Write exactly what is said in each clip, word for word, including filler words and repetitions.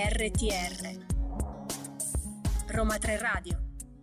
R T R Roma tre Radio.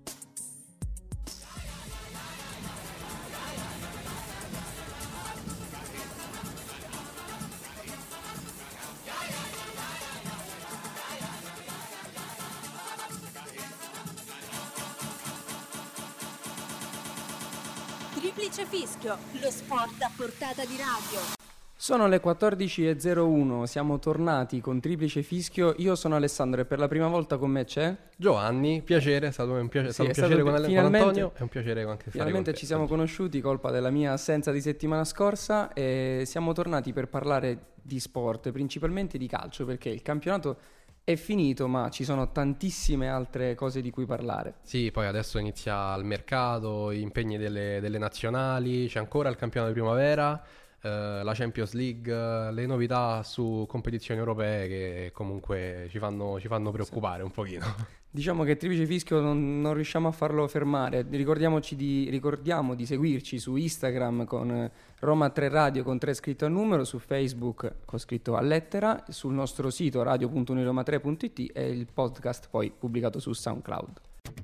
Triplice Fischio, lo sport a portata di radio. Sono le quattordici e zero uno, siamo tornati con Triplice Fischio. Io sono Alessandro e per la prima volta con me c'è Giovanni. Piacere, è stato un piacere, sì, è stato un piacere stato, con, con Antonio. È un piacere anche finalmente fare ci siamo conosciuti, colpa della mia assenza di settimana scorsa, e siamo tornati per parlare di sport, principalmente di calcio, perché il campionato è finito, ma ci sono tantissime altre cose di cui parlare. Sì, poi adesso inizia il mercato, gli impegni delle, delle nazionali, c'è ancora il campionato di primavera, eh, la Champions League, eh, le novità su competizioni europee che comunque ci fanno, ci fanno preoccupare sì. un pochino. Diciamo che Triplice Fischio non, non riusciamo a farlo fermare. Ricordiamoci di, ricordiamo di seguirci su Instagram con Roma tre Radio con tre scritto a numero, su Facebook con scritto a lettera, sul nostro sito radio punto uniroma tre punto it e il podcast poi pubblicato su SoundCloud.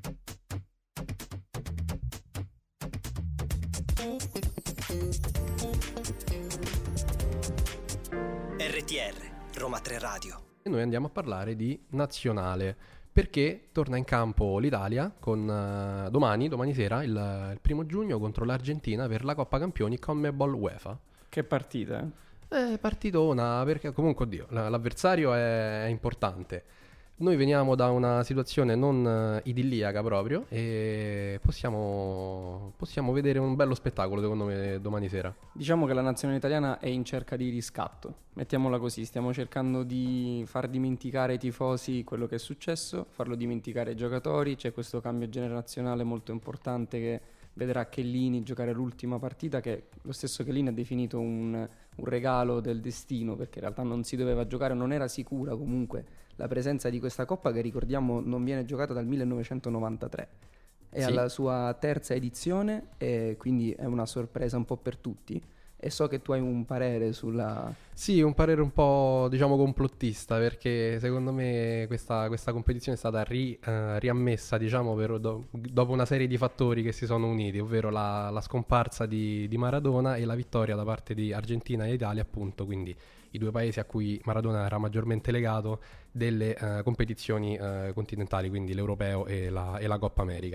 R T R Roma tre Radio. E noi andiamo a parlare di nazionale, perché torna in campo l'Italia con uh, domani, domani sera, il, il primo giugno, contro l'Argentina per la Coppa Campioni CONMEBOL UEFA. Che partita, eh? Eh, partitona, perché comunque, oddio, l- l'avversario è, è importante. Noi veniamo da una situazione non uh, idilliaca proprio e possiamo, possiamo vedere un bello spettacolo secondo me domani sera. Diciamo che la nazionale italiana è in cerca di riscatto, mettiamola così, stiamo cercando di far dimenticare ai tifosi quello che è successo, farlo dimenticare ai giocatori, c'è questo cambio generazionale molto importante che vedrà Chiellini giocare l'ultima partita, che lo stesso Chiellini ha definito un, un regalo del destino, perché in realtà non si doveva giocare, non era sicura comunque la presenza di questa Coppa, che ricordiamo non viene giocata dal millenovecentonovantatré. È sì. alla sua terza edizione e quindi è una sorpresa un po' per tutti. E so che tu hai un parere sulla... Sì, un parere un po', diciamo, complottista, perché secondo me questa, questa competizione è stata ri, uh, riammessa, diciamo, per, do, dopo una serie di fattori che si sono uniti, ovvero la, la scomparsa di, di Maradona e la vittoria da parte di Argentina e Italia, appunto, quindi i due paesi a cui Maradona era maggiormente legato, delle uh, competizioni uh, continentali, quindi l'Europeo e la, e la Coppa America.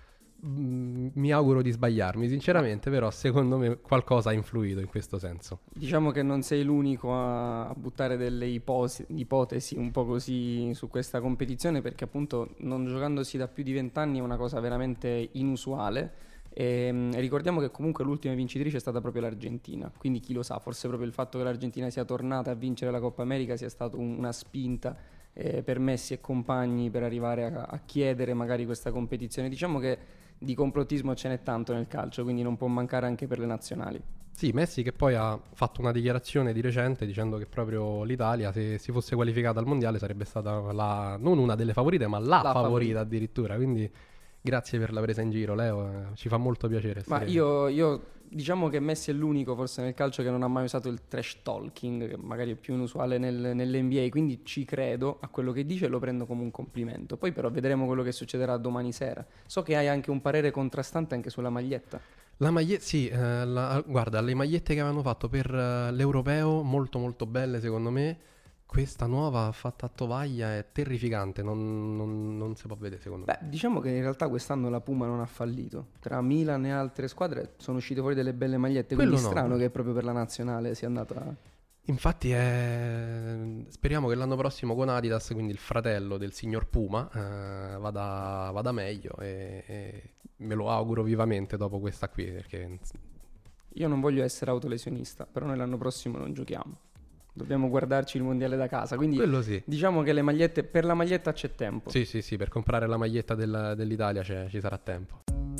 Mi auguro di sbagliarmi sinceramente, però secondo me qualcosa ha influito in questo senso. Diciamo che non sei l'unico a buttare delle iposi- ipotesi un po' così su questa competizione, perché appunto non giocandosi da più di vent'anni è una cosa veramente inusuale. E, mh, ricordiamo che comunque l'ultima vincitrice è stata proprio l'Argentina, quindi chi lo sa, forse proprio il fatto che l'Argentina sia tornata a vincere la Coppa America sia stato un, una spinta eh, per Messi e compagni per arrivare a, a chiedere magari questa competizione. Diciamo che di complottismo ce n'è tanto nel calcio, quindi non può mancare anche per le nazionali. Sì, Messi che poi ha fatto una dichiarazione di recente dicendo che proprio l'Italia, se si fosse qualificata al mondiale, sarebbe stata la, non una delle favorite, ma la, la favorita, favorita addirittura, quindi grazie per la presa in giro, Leo, eh, ci fa molto piacere. Ma io, io diciamo che Messi è l'unico forse nel calcio che non ha mai usato il trash talking, che magari è più inusuale nel, nell'N B A, quindi ci credo a quello che dice e lo prendo come un complimento. Poi però vedremo quello che succederà domani sera. So che hai anche un parere contrastante anche sulla maglietta. La maglietta, sì, eh, la, guarda, le magliette che avevano fatto per uh, l'Europeo, molto molto belle secondo me. Questa nuova fatta a tovaglia è terrificante, non, non, non si può vedere secondo Beh, me. diciamo che in realtà quest'anno la Puma non ha fallito. Tra Milan e altre squadre sono uscite fuori delle belle magliette, Quello quindi no. strano che proprio per la nazionale sia andata... Infatti è... speriamo che l'anno prossimo con Adidas, quindi il fratello del signor Puma, eh, vada, vada meglio e, e me lo auguro vivamente dopo questa qui, perché... Io non voglio essere autolesionista, però noi l'anno prossimo non giochiamo. Dobbiamo guardarci il mondiale da casa, quindi sì. Diciamo che le magliette, per la maglietta c'è tempo. Sì, sì, sì, per comprare la maglietta del, dell'Italia c'è, ci sarà tempo.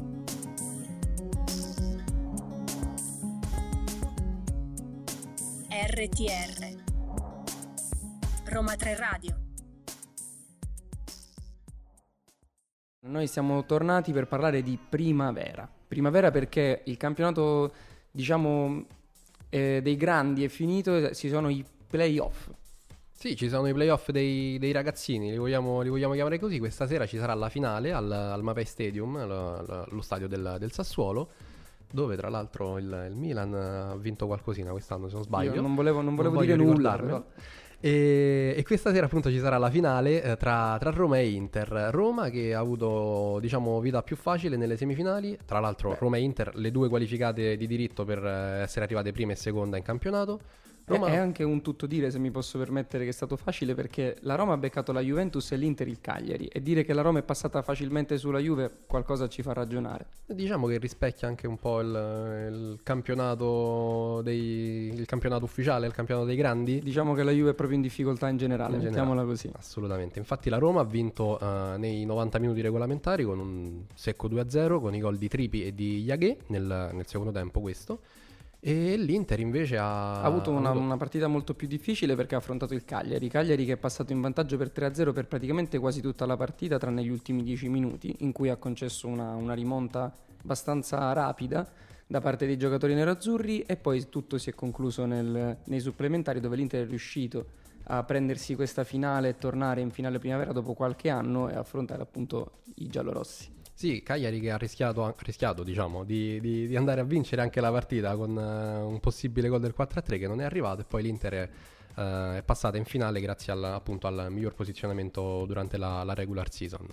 R T R Roma tre Radio. Noi siamo tornati per parlare di primavera. Primavera perché il campionato, diciamo, eh, dei grandi è finito, ci sono i playoff. Sì, ci sono i playoff dei, dei ragazzini, li vogliamo, li vogliamo chiamare così. Questa sera ci sarà la finale al, al Mapei Stadium, lo, lo, lo stadio del, del Sassuolo, dove tra l'altro il, il Milan ha vinto qualcosina quest'anno, se non sbaglio. Io non volevo, non volevo non dire nulla, però. però. E, e questa sera appunto ci sarà la finale eh, tra, tra Roma e Inter. Roma che ha avuto, diciamo, vita più facile nelle semifinali. Tra l'altro Beh. Roma e Inter, le due qualificate di diritto per eh, essere arrivate prima e seconda in campionato. Roma... È anche un tutto dire, se mi posso permettere, che è stato facile, perché la Roma ha beccato la Juventus e l'Inter il Cagliari, e dire che la Roma è passata facilmente sulla Juve qualcosa ci fa ragionare. Diciamo che rispecchia anche un po' il, il campionato dei, il campionato ufficiale, il campionato dei grandi. Diciamo che la Juve è proprio in difficoltà in generale, in mettiamola generale, così. Assolutamente. Infatti la Roma ha vinto uh, nei novanta minuti regolamentari con un secco due a zero, con i gol di Tripi e di Yaghe nel, nel secondo tempo questo. E l'Inter invece ha, ha avuto una, avuto una partita molto più difficile, perché ha affrontato il Cagliari Cagliari che è passato in vantaggio per tre a zero per praticamente quasi tutta la partita, tranne gli ultimi dieci minuti, in cui ha concesso una, una rimonta abbastanza rapida da parte dei giocatori nerazzurri, e poi tutto si è concluso nel, nei supplementari, dove l'Inter è riuscito a prendersi questa finale e tornare in finale primavera dopo qualche anno e affrontare appunto i giallorossi. Sì, Cagliari che ha rischiato, ha rischiato diciamo, di, di, di andare a vincere anche la partita con uh, un possibile gol del quattro a tre che non è arrivato, e poi l'Inter è, uh, è passata in finale grazie al, appunto al miglior posizionamento durante la, la regular season.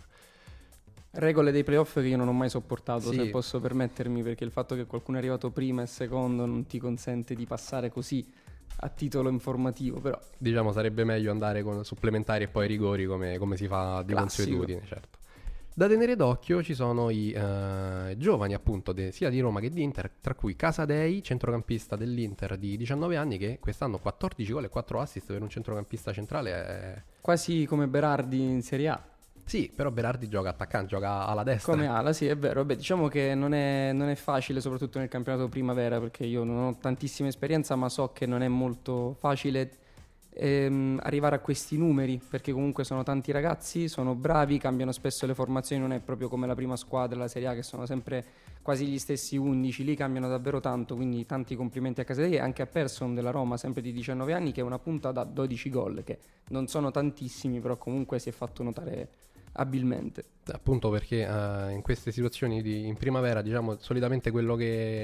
Regole dei playoff che io non ho mai sopportato, sì. se posso permettermi, perché il fatto che qualcuno è arrivato prima e secondo non ti consente di passare così a titolo informativo, però diciamo sarebbe meglio andare con supplementari e poi rigori come, come si fa di Classico. consuetudine, certo. Da tenere d'occhio ci sono i uh, giovani appunto de, sia di Roma che di Inter, tra cui Casadei, centrocampista dell'Inter di diciannove anni, che quest'anno quattordici gol e quattro assist per un centrocampista centrale è... quasi come Berardi in Serie A. Sì, però Berardi gioca attaccante, gioca alla destra. Come ala, sì, è vero. Beh, diciamo che non è, non è facile, soprattutto nel campionato primavera, perché io non ho tantissima esperienza, ma so che non è molto facile ehm, arrivare a questi numeri, perché comunque sono tanti ragazzi, sono bravi, cambiano spesso le formazioni, non è proprio come la prima squadra, la Serie A, che sono sempre quasi gli stessi undici, lì cambiano davvero tanto, quindi tanti complimenti a Casadei e anche a Persson della Roma, sempre di diciannove anni, che è una punta da dodici gol, che non sono tantissimi, però comunque si è fatto notare abilmente. Appunto perché uh, in queste situazioni di, in primavera, diciamo, solitamente quello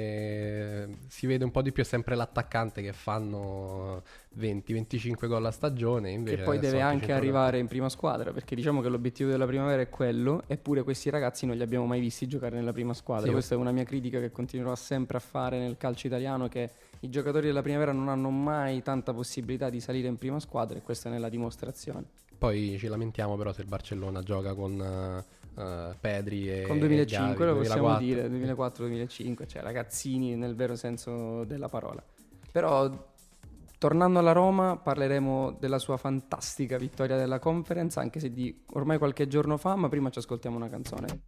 che si vede un po' di più è sempre l'attaccante, che fanno venti venticinque gol a stagione, invece che poi deve anche arrivare in prima squadra, perché diciamo che l'obiettivo della primavera è quello, eppure questi ragazzi non li abbiamo mai visti giocare nella prima squadra. Sì, questa è una mia critica che continuerò sempre a fare nel calcio italiano, che i giocatori della primavera non hanno mai tanta possibilità di salire in prima squadra, e questa è la dimostrazione. Poi ci lamentiamo però se il Barcellona gioca con uh, uh, Pedri e con duemilacinque, Gavi, lo possiamo duemilaquattro. dire, duemilaquattro duemilacinque, cioè ragazzini nel vero senso della parola. Però tornando alla Roma, parleremo della sua fantastica vittoria della Conference, anche se di ormai qualche giorno fa, ma prima ci ascoltiamo una canzone.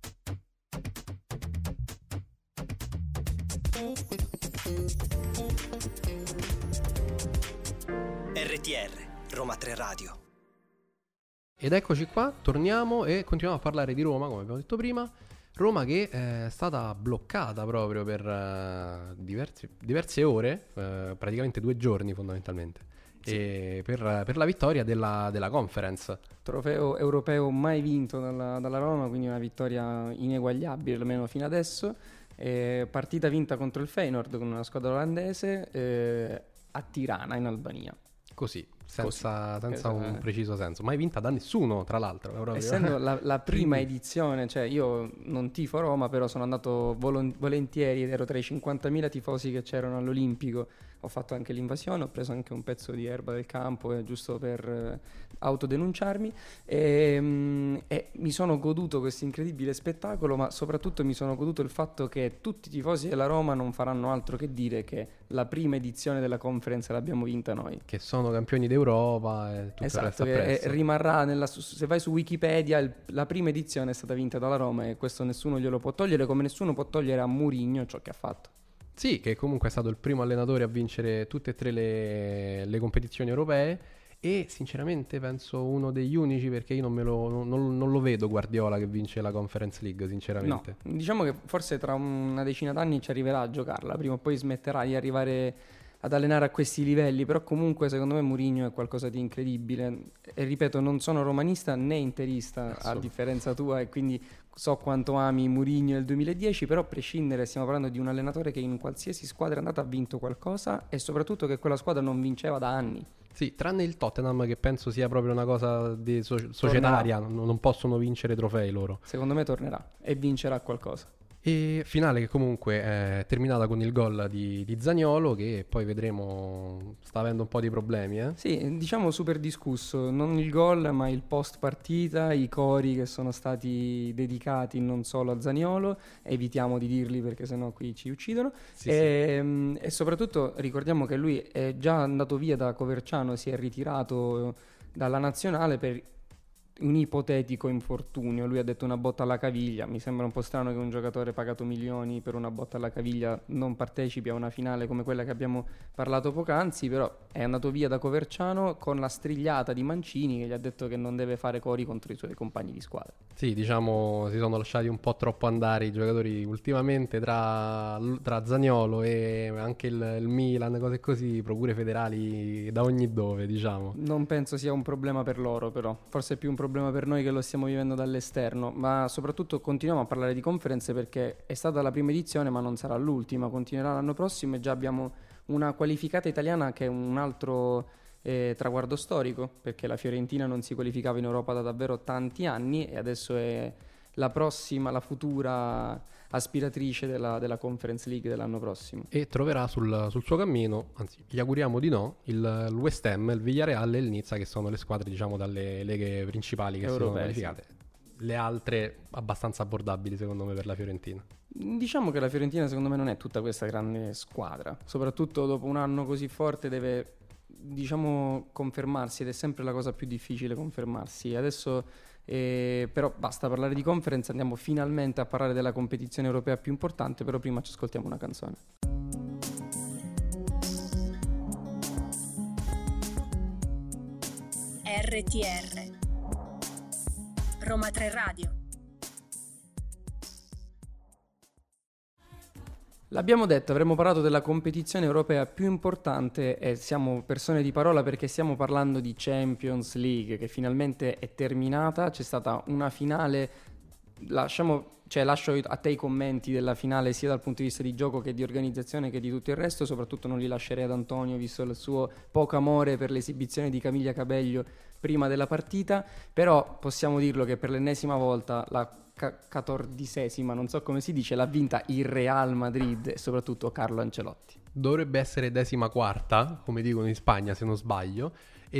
R T R Roma tre Radio. Ed eccoci qua, torniamo e continuiamo a parlare di Roma, come abbiamo detto prima. Roma che è stata bloccata proprio per uh, diversi, diverse ore, uh, praticamente due giorni fondamentalmente, sì. e per, per la vittoria della, della Conference. Trofeo europeo mai vinto dalla, dalla Roma, quindi una vittoria ineguagliabile almeno fino adesso. E partita vinta contro il Feyenoord con una squadra olandese eh, a Tirana in Albania. Così, senza, Così. senza esatto. un preciso senso. Mai vinta da nessuno, tra l'altro. Proprio. Essendo la, la prima edizione, cioè io non tifo Roma, però sono andato volon- volentieri ed ero tra i cinquantamila tifosi che c'erano all'Olimpico. Ho fatto anche l'invasione, ho preso anche un pezzo di erba del campo, eh, giusto per eh, autodenunciarmi. E, mh, e mi sono goduto questo incredibile spettacolo, ma soprattutto mi sono goduto il fatto che tutti i tifosi della Roma non faranno altro che dire che la prima edizione della Conference l'abbiamo vinta noi. Che sono campioni d'Europa e tutto esatto, il resto che rimarrà nella, se vai su Wikipedia il, la prima edizione è stata vinta dalla Roma, e questo nessuno glielo può togliere, come nessuno può togliere a Mourinho ciò che ha fatto. Sì, che comunque è stato il primo allenatore a vincere tutte e tre le, le competizioni europee, e sinceramente penso uno degli unici, perché io non, me lo, non, non lo vedo Guardiola che vince la Conference League, sinceramente. No, diciamo che forse tra una decina d'anni ci arriverà a giocarla, prima o poi smetterà di arrivare ad allenare a questi livelli, però comunque secondo me Mourinho è qualcosa di incredibile e ripeto, non sono romanista né interista a differenza tua, e quindi so quanto ami Mourinho nel duemiladieci, però a prescindere stiamo parlando di un allenatore che in qualsiasi squadra è andata ha vinto qualcosa, e soprattutto che quella squadra non vinceva da anni. Sì, tranne il Tottenham, che penso sia proprio una cosa di so- societaria, non, non possono vincere trofei loro. Secondo me tornerà e vincerà qualcosa. E finale che comunque è terminata con il gol di, di Zaniolo, che poi vedremo sta avendo un po' di problemi, eh? Sì, diciamo super discusso, non il gol ma il post partita, i cori che sono stati dedicati non solo a Zaniolo, evitiamo di dirli perché sennò qui ci uccidono, Sì, e, e soprattutto ricordiamo che lui è già andato via da Coverciano, si è ritirato dalla nazionale per un ipotetico infortunio. Lui ha detto una botta alla caviglia. Mi sembra un po' strano che un giocatore pagato milioni per una botta alla caviglia non partecipi a una finale come quella che abbiamo parlato poc'anzi, però è andato via da Coverciano con la strigliata di Mancini che gli ha detto che non deve fare cori contro i suoi compagni di squadra. Sì, diciamo si sono lasciati un po' troppo andare i giocatori ultimamente, tra, tra Zaniolo e anche il, il Milan, cose così, procure federali da ogni dove, diciamo. Non penso sia un problema per loro, però forse è più un problema per noi che lo stiamo vivendo dall'esterno, ma soprattutto continuiamo a parlare di conferenze perché è stata la prima edizione ma non sarà l'ultima, continuerà l'anno prossimo e già abbiamo una qualificata italiana che è un altro eh, traguardo storico, perché la Fiorentina non si qualificava in Europa da davvero tanti anni e adesso è la prossima, la futura aspiratrice della, della Conference League dell'anno prossimo. E troverà sul, sul suo cammino, anzi gli auguriamo di no, il, il West Ham, il Villarreal e il Nizza, che sono le squadre diciamo dalle leghe principali che Europee, sono qualificate. Sì. Le altre abbastanza abbordabili secondo me per la Fiorentina. Diciamo che la Fiorentina secondo me non è tutta questa grande squadra, soprattutto dopo un anno così forte deve diciamo confermarsi ed è sempre la cosa più difficile confermarsi. Adesso eh, però basta parlare di conference, andiamo finalmente a parlare della competizione europea più importante, però prima ci ascoltiamo una canzone. R T R Roma tre Radio. L'abbiamo detto, avremmo parlato della competizione europea più importante e siamo persone di parola perché stiamo parlando di Champions League che finalmente è terminata, c'è stata una finale, lasciamo, cioè lascio a te i commenti della finale sia dal punto di vista di gioco che di organizzazione che di tutto il resto, soprattutto non li lascerei ad Antonio visto il suo poco amore per l'esibizione di Camilla Cabello prima della partita, però possiamo dirlo che per l'ennesima volta la catordicesima, non so come si dice, l'ha vinta il Real Madrid e soprattutto Carlo Ancelotti. Dovrebbe essere decima quarta, come dicono in Spagna se non sbaglio,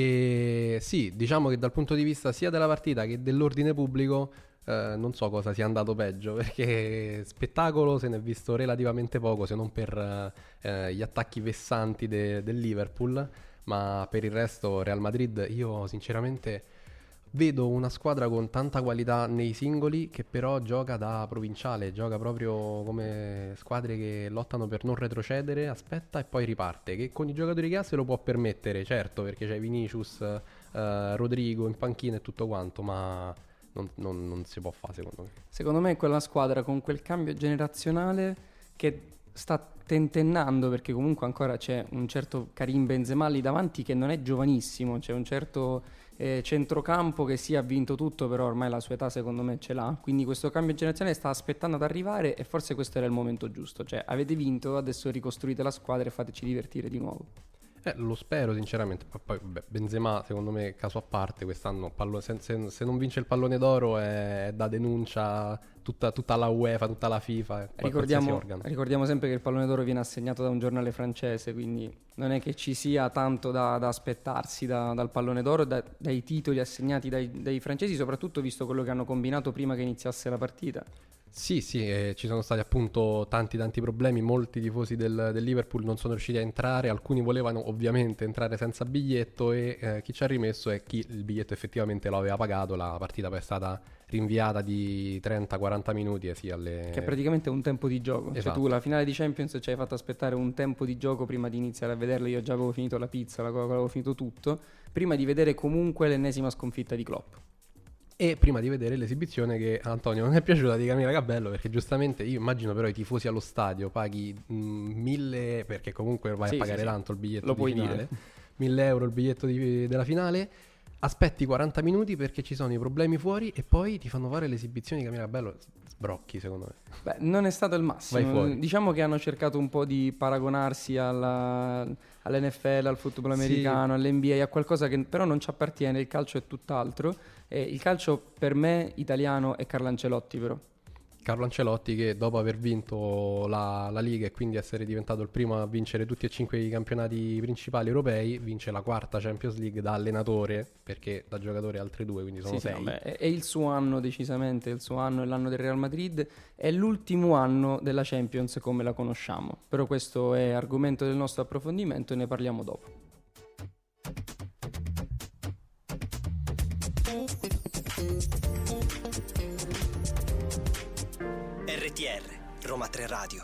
e sì, diciamo che dal punto di vista sia della partita che dell'ordine pubblico eh, non so cosa sia andato peggio, perché spettacolo se ne è visto relativamente poco, se non per eh, gli attacchi vessanti de- del Liverpool, ma per il resto Real Madrid io sinceramente vedo una squadra con tanta qualità nei singoli che però gioca da provinciale, gioca proprio come squadre che lottano per non retrocedere, aspetta e poi riparte, che con i giocatori che ha se lo può permettere, certo, perché c'è Vinicius, eh, Rodrigo in panchina e tutto quanto, ma non, non, non si può fare secondo me. Secondo me è quella squadra con quel cambio generazionale che sta tentennando, perché comunque ancora c'è un certo Karim Benzema lì davanti che non è giovanissimo, c'è un certo eh, centrocampo che sì ha vinto tutto, però ormai la sua età secondo me ce l'ha, quindi questo cambio generazionale sta aspettando ad arrivare e forse questo era il momento giusto, cioè avete vinto, adesso ricostruite la squadra e fateci divertire di nuovo. Eh, lo spero sinceramente. Poi beh, Benzema secondo me caso a parte quest'anno pallo- se, se, se non vince il pallone d'oro è, è da denuncia tutta, tutta la UEFA, tutta la FIFA, ricordiamo, organo. ricordiamo sempre che il pallone d'oro viene assegnato da un giornale francese, quindi non è che ci sia tanto da, da aspettarsi da, dal pallone d'oro, da, dai titoli assegnati dai, dai francesi, soprattutto visto quello che hanno combinato prima che iniziasse la partita. Sì, sì, eh, ci sono stati appunto tanti tanti problemi, molti tifosi del, del Liverpool non sono riusciti a entrare, alcuni volevano ovviamente entrare senza biglietto e eh, chi ci ha rimesso è chi il biglietto effettivamente lo aveva pagato, la partita poi è stata rinviata di trenta quaranta minuti e sì alle... Che è praticamente un tempo di gioco, esatto. Cioè tu la finale di Champions ci hai fatto aspettare un tempo di gioco prima di iniziare a vederla, io già avevo finito la pizza, la Coca, avevo finito tutto, prima di vedere comunque l'ennesima sconfitta di Klopp. E prima di vedere l'esibizione che a Antonio non è piaciuta di Camilla Cabello, perché giustamente io immagino però i tifosi allo stadio paghi mh, mille, perché comunque vai Sì, a pagare sì, sì. tanto il biglietto Lo di puoi finale, dire. mille euro il biglietto di- della finale, aspetti quaranta minuti perché ci sono i problemi fuori e poi ti fanno fare l'esibizione di Camilla Cabello, sbrocchi secondo me. Beh, non è stato il Vai massimo. fuori. Diciamo che hanno cercato un po' di paragonarsi alla, all'N F L, al football Sì. americano, all'N B A, a qualcosa che però non ci appartiene. Il calcio è tutt'altro. E il calcio per me italiano è Carlo Ancelotti, però. Carlo Ancelotti, che dopo aver vinto la, la Liga e quindi essere diventato il primo a vincere tutti e cinque i campionati principali europei, vince la quarta Champions League da allenatore, perché da giocatore altre due, quindi sono Sì, sì, sei. vabbè, è, è il suo anno decisamente, il suo anno è l'anno del Real Madrid, è l'ultimo anno della Champions come la conosciamo. Però questo è argomento del nostro approfondimento e ne parliamo dopo. R T R, Roma tre Radio.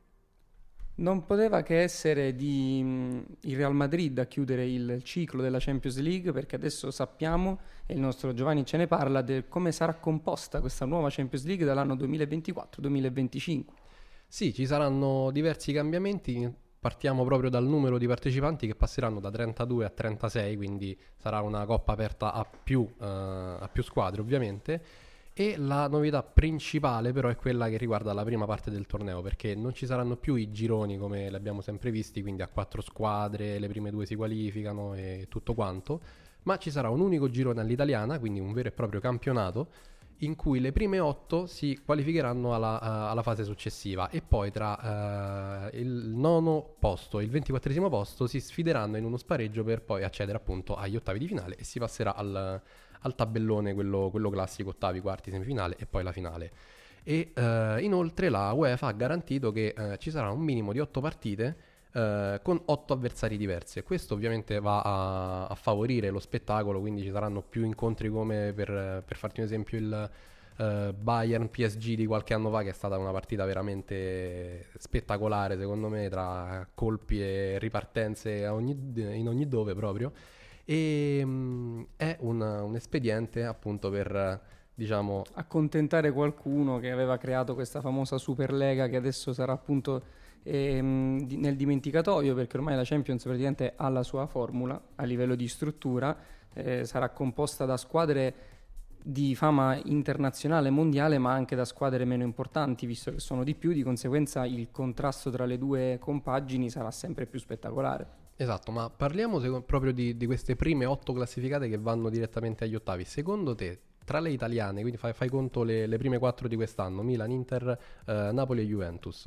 Non poteva che essere di mh, il Real Madrid a chiudere il ciclo della Champions League, perché adesso sappiamo, e il nostro Giovanni ce ne parla, di come sarà composta questa nuova Champions League dall'anno duemilaventiquattro duemilaventicinque. Sì, ci saranno diversi cambiamenti. Partiamo proprio dal numero di partecipanti, che passeranno da trentadue a trentasei, quindi sarà una coppa aperta a più, eh, a più squadre ovviamente. E la novità principale però è quella che riguarda la prima parte del torneo, perché non ci saranno più i gironi come li abbiamo sempre visti, quindi a quattro squadre, le prime due si qualificano e tutto quanto, ma ci sarà un unico girone all'italiana, quindi un vero e proprio campionato in cui le prime otto si qualificheranno alla, uh, alla fase successiva, e poi tra uh, il nono posto e il ventiquattresimo posto si sfideranno in uno spareggio per poi accedere appunto agli ottavi di finale, e si passerà al, al tabellone, quello, quello classico, ottavi, quarti, semifinale e poi la finale. E uh, inoltre la UEFA ha garantito che uh, ci sarà un minimo di otto partite Uh, con otto avversari diversi. Questo ovviamente va a, a favorire lo spettacolo, quindi ci saranno più incontri, come per, per farti un esempio il uh, Bayern P S G di qualche anno fa, che è stata una partita veramente spettacolare secondo me, tra colpi e ripartenze a ogni, in ogni dove proprio, e um, è un, un espediente appunto per, diciamo, Accontentare qualcuno che aveva creato questa famosa Superlega, che adesso sarà appunto ehm, di- nel dimenticatoio, perché ormai la Champions praticamente ha la sua formula a livello di struttura, eh, sarà composta da squadre di fama internazionale, mondiale, ma anche da squadre meno importanti, visto che sono di più, di conseguenza il contrasto tra le due compagini sarà sempre più spettacolare. Esatto, ma parliamo seco- proprio di, di queste prime otto classificate che vanno direttamente agli ottavi. Secondo te, tra le italiane, quindi fai, fai conto le, le prime quattro di quest'anno, Milan, Inter, eh, Napoli e Juventus,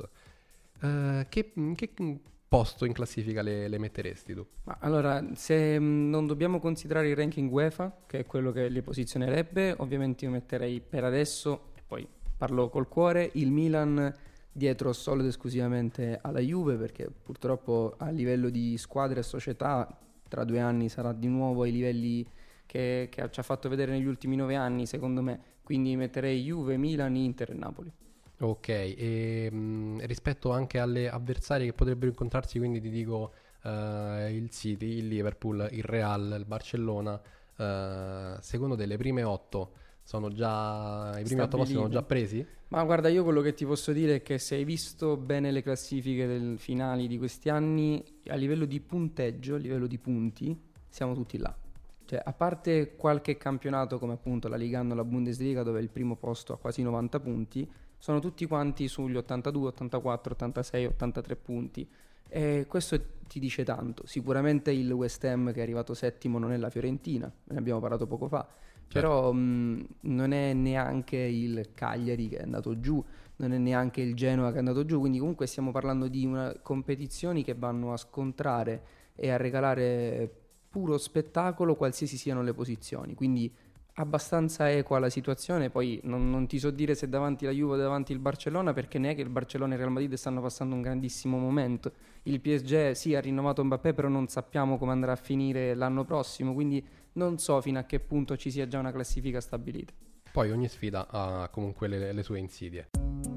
eh, che, che posto in classifica le, le metteresti tu? Ma allora, se mh, non dobbiamo considerare il ranking UEFA, che è quello che li posizionerebbe, ovviamente io metterei per adesso, e poi parlo col cuore, il Milan dietro solo ed esclusivamente alla Juve, perché purtroppo a livello di squadre e società tra due anni sarà di nuovo ai livelli che, che ci ha fatto vedere negli ultimi nove anni, secondo me. Quindi metterei Juve, Milan, Inter e Napoli. Ok, e mh, rispetto anche alle avversarie che potrebbero incontrarsi, quindi ti dico eh, il City, il Liverpool, il Real, il Barcellona, eh, secondo te le prime otto sono già, i primi otto posti sono Stabilite. già presi? Ma guarda, io quello che ti posso dire è che se hai visto bene le classifiche del finali di questi anni, a livello di punteggio, a livello di punti, siamo tutti là. Cioè, a parte qualche campionato come appunto la Liga uno, la Bundesliga, dove il primo posto ha quasi novanta punti, sono tutti quanti sugli ottantadue, ottantaquattro, ottantasei, ottantatré punti. E questo ti dice tanto. Sicuramente il West Ham, che è arrivato settimo, non è la Fiorentina, ne abbiamo parlato poco fa. Però mh, non è neanche il Cagliari che è andato giù, non è neanche il Genoa che è andato giù, quindi comunque stiamo parlando di una competizioni che vanno a scontrare e a regalare puro spettacolo qualsiasi siano le posizioni, quindi abbastanza equa la situazione. Poi non, non ti so dire se davanti la Juve o davanti il Barcellona, perché neanche il Barcellona e il Real Madrid stanno passando un grandissimo momento. Il P S G sì, ha rinnovato Mbappé, però non sappiamo come andrà a finire l'anno prossimo, quindi non so fino a che punto ci sia già una classifica stabilita. Poi ogni sfida ha comunque le, le sue insidie.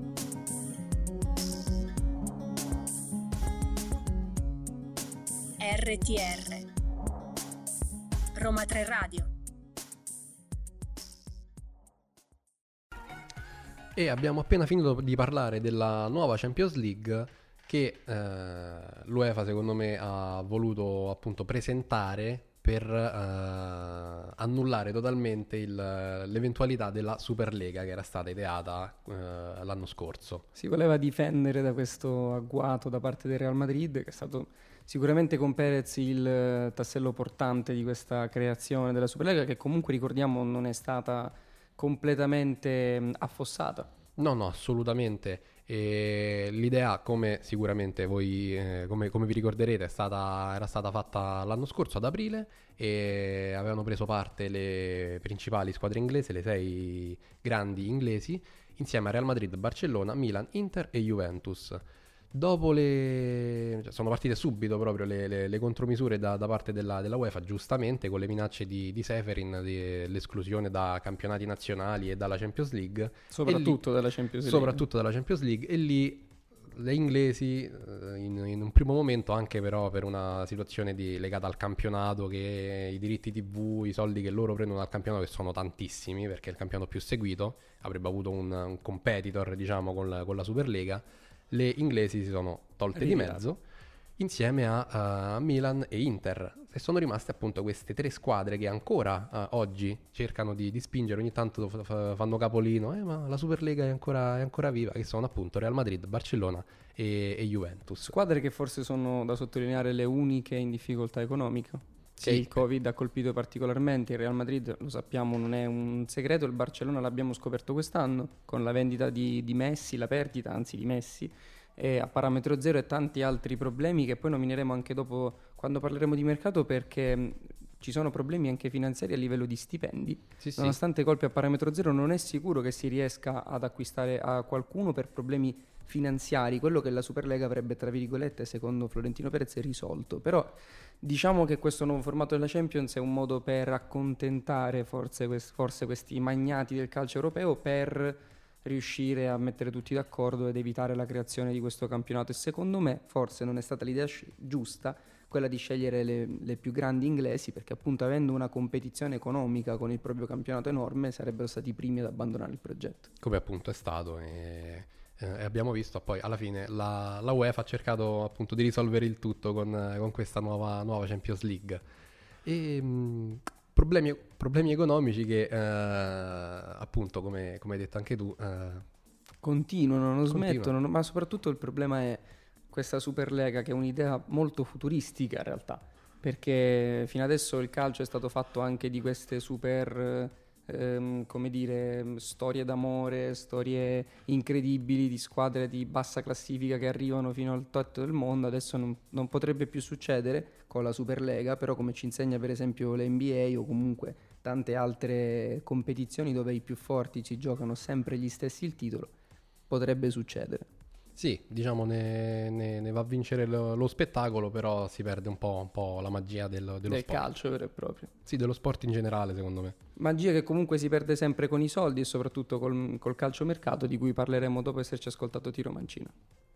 R T R Roma tre Radio. E abbiamo appena finito di parlare della nuova Champions League che eh, l'UEFA secondo me ha voluto appunto presentare per eh, annullare totalmente il, l'eventualità della Superlega che era stata ideata eh, l'anno scorso. Si voleva difendere da questo agguato da parte del Real Madrid, che è stato sicuramente con Perez il tassello portante di questa creazione della Superlega, che comunque ricordiamo non è stata completamente affossata. No, no, assolutamente. E l'idea, come sicuramente voi, eh, come, come vi ricorderete, è stata, era stata fatta l'anno scorso ad aprile e avevano preso parte le principali squadre inglesi, le sei grandi inglesi, insieme a Real Madrid, Barcellona, Milan, Inter e Juventus. Dopo le... cioè, sono partite subito proprio le, le, le contromisure da, da parte della, della UEFA, giustamente, con le minacce di, di Seferin, di, l'esclusione da campionati nazionali e dalla Champions League. Soprattutto lì, dalla Champions League. Soprattutto dalla Champions League. E lì le inglesi, in, in un primo momento, anche però per una situazione di, legata al campionato, che i diritti tivù, i soldi che loro prendono dal campionato, che sono tantissimi, perché è il campionato più seguito, avrebbe avuto un, un competitor, diciamo, con la, con la Superlega. Le inglesi si sono tolte di mezzo insieme a uh, Milan e Inter e sono rimaste appunto queste tre squadre che ancora uh, oggi cercano di, di spingere, ogni tanto f- f- fanno capolino, eh, ma la Superlega è ancora, è ancora viva, che sono appunto Real Madrid, Barcellona e, e Juventus. Squadre che forse sono da sottolineare le uniche in difficoltà economica. Che Sì. il Covid ha colpito particolarmente. Il Real Madrid, lo sappiamo, non è un segreto. Il Barcellona l'abbiamo scoperto quest'anno con la vendita di, di Messi, la perdita anzi di Messi e a parametro zero e tanti altri problemi che poi nomineremo anche dopo quando parleremo di mercato, perché mh, ci sono problemi anche finanziari a livello di stipendi. Sì, sì. Nonostante colpi a parametro zero non è sicuro che si riesca ad acquistare a qualcuno per problemi finanziari, quello che la Superlega avrebbe, tra virgolette, secondo Florentino Perez, risolto. Però diciamo che questo nuovo formato della Champions è un modo per accontentare forse, quest- forse questi magnati del calcio europeo, per riuscire a mettere tutti d'accordo ed evitare la creazione di questo campionato. E secondo me forse non è stata l'idea sci- giusta quella di scegliere le, le più grandi inglesi, perché appunto avendo una competizione economica con il proprio campionato enorme sarebbero stati i primi ad abbandonare il progetto. Come appunto è stato, e, eh, e abbiamo visto poi alla fine la, la UEFA ha cercato appunto di risolvere il tutto con, con questa nuova, nuova Champions League. E mh, problemi, problemi economici che eh, appunto come, come hai detto anche tu eh, continuano, non Continua. smettono, ma soprattutto il problema è questa Superlega, che è un'idea molto futuristica in realtà, perché fino adesso il calcio è stato fatto anche di queste super ehm, come dire, storie d'amore, storie incredibili di squadre di bassa classifica che arrivano fino al top del mondo. Adesso non, non potrebbe più succedere con la Superlega, però come ci insegna per esempio l'N B A o comunque tante altre competizioni dove i più forti ci giocano sempre gli stessi il titolo, potrebbe succedere. Sì, diciamo ne, ne, ne va a vincere lo, lo spettacolo, però si perde un po', un po' la magia del, dello Del sport. calcio vero e proprio. Sì, dello sport in generale, secondo me. Magia che comunque si perde sempre con i soldi e soprattutto col, col calciomercato, di cui parleremo dopo esserci ascoltato Tiro Mancino.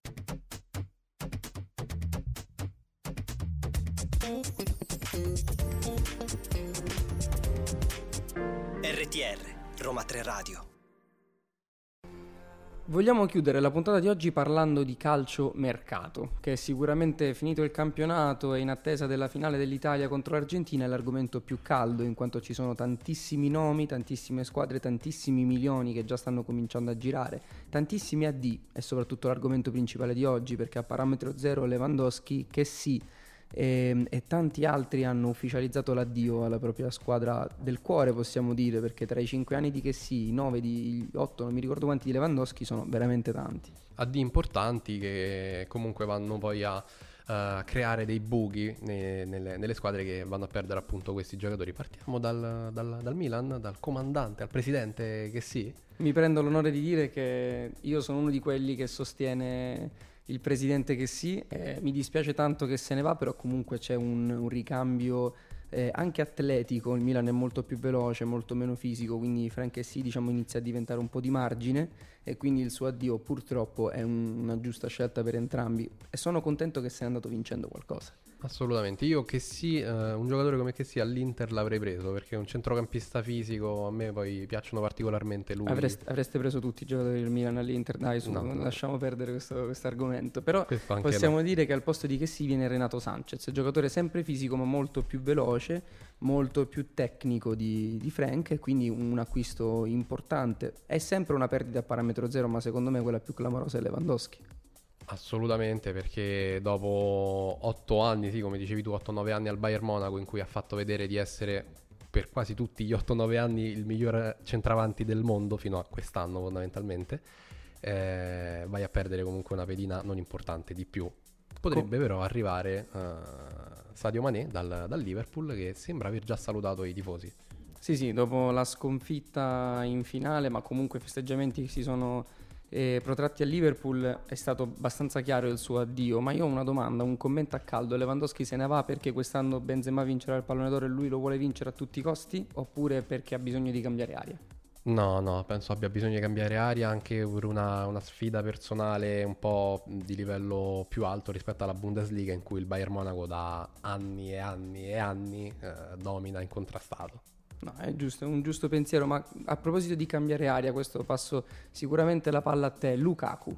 R T R, Roma tre Radio. Vogliamo chiudere la puntata di oggi parlando di calcio mercato, che è sicuramente finito il campionato e in attesa della finale dell'Italia contro l'Argentina è l'argomento più caldo, in quanto ci sono tantissimi nomi, tantissime squadre, tantissimi milioni che già stanno cominciando a girare, tantissimi A D, è soprattutto l'argomento principale di oggi, perché a parametro zero Lewandowski, che sì, e, e tanti altri hanno ufficializzato l'addio alla propria squadra del cuore, possiamo dire, perché tra i cinque anni di che sì, i nove di otto, non mi ricordo quanti di Lewandowski, sono veramente tanti. A D importanti che comunque vanno poi a uh, creare dei buchi ne, nelle, nelle squadre che vanno a perdere appunto questi giocatori. Partiamo dal, dal, dal Milan, dal comandante, al presidente che sì. Mi prendo l'onore di dire che io sono uno di quelli che sostiene il presidente che sì, eh, mi dispiace tanto che se ne va, però comunque c'è un, un ricambio eh, anche atletico. Il Milan è molto più veloce, molto meno fisico, quindi Frank che sì, diciamo, inizia a diventare un po' di margine e quindi il suo addio purtroppo è un, una giusta scelta per entrambi e sono contento che sia andato vincendo qualcosa. Assolutamente, io che sì, eh, un giocatore come che sì all'Inter l'avrei preso, perché è un centrocampista fisico, a me poi piacciono particolarmente lui. Avreste, avreste preso tutti i giocatori del Milan all'Inter, dai su, No, no. lasciamo perdere questo argomento. Però Questo anche possiamo no. dire che al posto di che si viene Renato Sanchez, giocatore sempre fisico ma molto più veloce, molto più tecnico di, di Frank, e quindi un acquisto importante. È sempre una perdita a parametro zero, ma secondo me quella più clamorosa è Lewandowski. Assolutamente, perché dopo otto anni, sì, come dicevi tu, otto nove anni al Bayern Monaco, in cui ha fatto vedere di essere per quasi tutti gli otto nove anni il miglior centravanti del mondo, fino a quest'anno fondamentalmente, eh, vai a perdere comunque una pedina non importante di più. Potrebbe però arrivare uh, Sadio Mané dal, dal Liverpool, che sembra aver già salutato i tifosi. Sì, sì, dopo la sconfitta in finale, ma comunque i festeggiamenti che si sono eh, protratti a Liverpool, è stato abbastanza chiaro il suo addio. Ma io ho una domanda, un commento a caldo: Lewandowski se ne va perché quest'anno Benzema vincerà il Pallone d'Oro e lui lo vuole vincere a tutti i costi, oppure perché ha bisogno di cambiare aria? No, no, penso abbia bisogno di cambiare aria, anche per una, una sfida personale un po' di livello più alto rispetto alla Bundesliga, in cui il Bayern Monaco da anni e anni e anni eh, domina incontrastato. No, è giusto, è un giusto pensiero. Ma a proposito di cambiare aria, questo passo sicuramente la palla a te. Lukaku.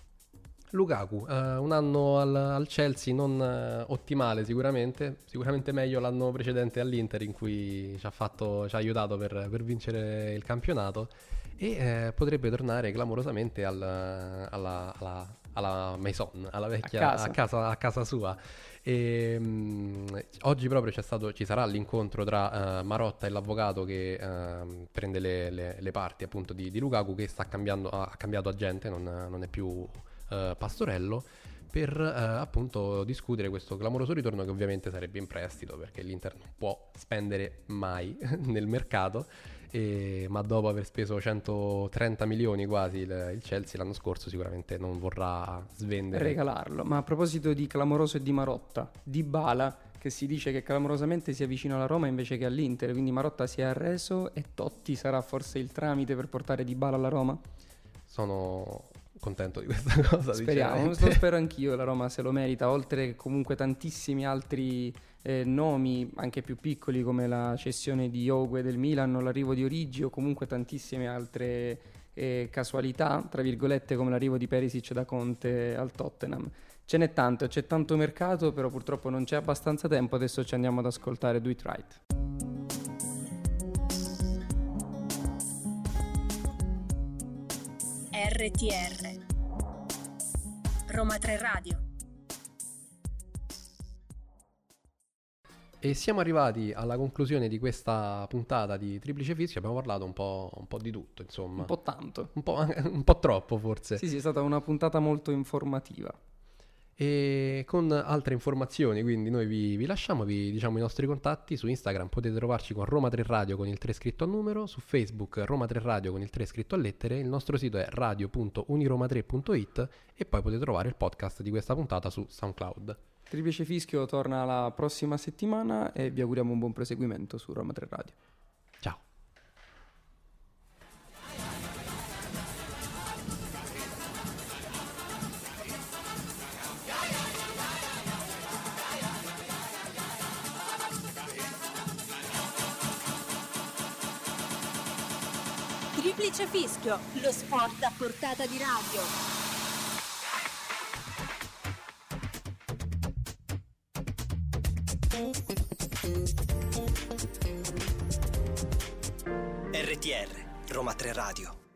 Lukaku, eh, un anno al, al Chelsea non eh, ottimale sicuramente, sicuramente meglio l'anno precedente all'Inter, in cui ci ha, fatto, ci ha aiutato per, per vincere il campionato, e eh, potrebbe tornare clamorosamente al, alla, alla, alla Maison, alla vecchia, a casa, a casa, a casa sua. E, mh, oggi proprio c'è stato, ci sarà l'incontro tra uh, Marotta e l'avvocato che uh, prende le, le, le parti appunto di, di Lukaku, che sta cambiando, ha cambiato agente, non, non è più uh, Pastorello, per uh, appunto discutere questo clamoroso ritorno, che ovviamente sarebbe in prestito, perché l'Inter non può spendere mai nel mercato. E, ma dopo aver speso centotrenta milioni quasi il, il Chelsea l'anno scorso, sicuramente non vorrà svendere, regalarlo. Ma a proposito di clamoroso e di Marotta, Dybala, che si dice che clamorosamente sia vicino alla Roma invece che all'Inter, quindi Marotta si è arreso e Totti sarà forse il tramite per portare Dybala alla Roma? Sono contento di questa cosa. Speriamo, lo spero anch'io, la Roma se lo merita, oltre che comunque tantissimi altri eh, nomi anche più piccoli, come la cessione di Ogue del Milan o l'arrivo di Origi, o comunque tantissime altre eh, casualità, tra virgolette, come l'arrivo di Perisic da Conte al Tottenham. Ce n'è tanto, c'è tanto mercato, però purtroppo non c'è abbastanza tempo. Adesso ci andiamo ad ascoltare Do It Right. R T R Roma tre Radio. E siamo arrivati alla conclusione di questa puntata di Triplice Fischio. Abbiamo parlato un po', un po' di tutto, insomma. Un po' tanto. Un po', un po' troppo, forse. Sì, sì, è stata una puntata molto informativa. E con altre informazioni, quindi noi vi, vi lasciamo, vi diciamo i nostri contatti. Su Instagram potete trovarci con Roma tre Radio con il tre scritto a numero, su Facebook Roma tre Radio con il tre scritto a lettere, il nostro sito è radio punto uniroma tre punto it e poi potete trovare il podcast di questa puntata su SoundCloud. Triplice Fischio torna la prossima settimana e vi auguriamo un buon proseguimento su Roma tre Radio. Ciao. Triplice Fischio, lo sport a portata di radio. R T R Roma tre Radio.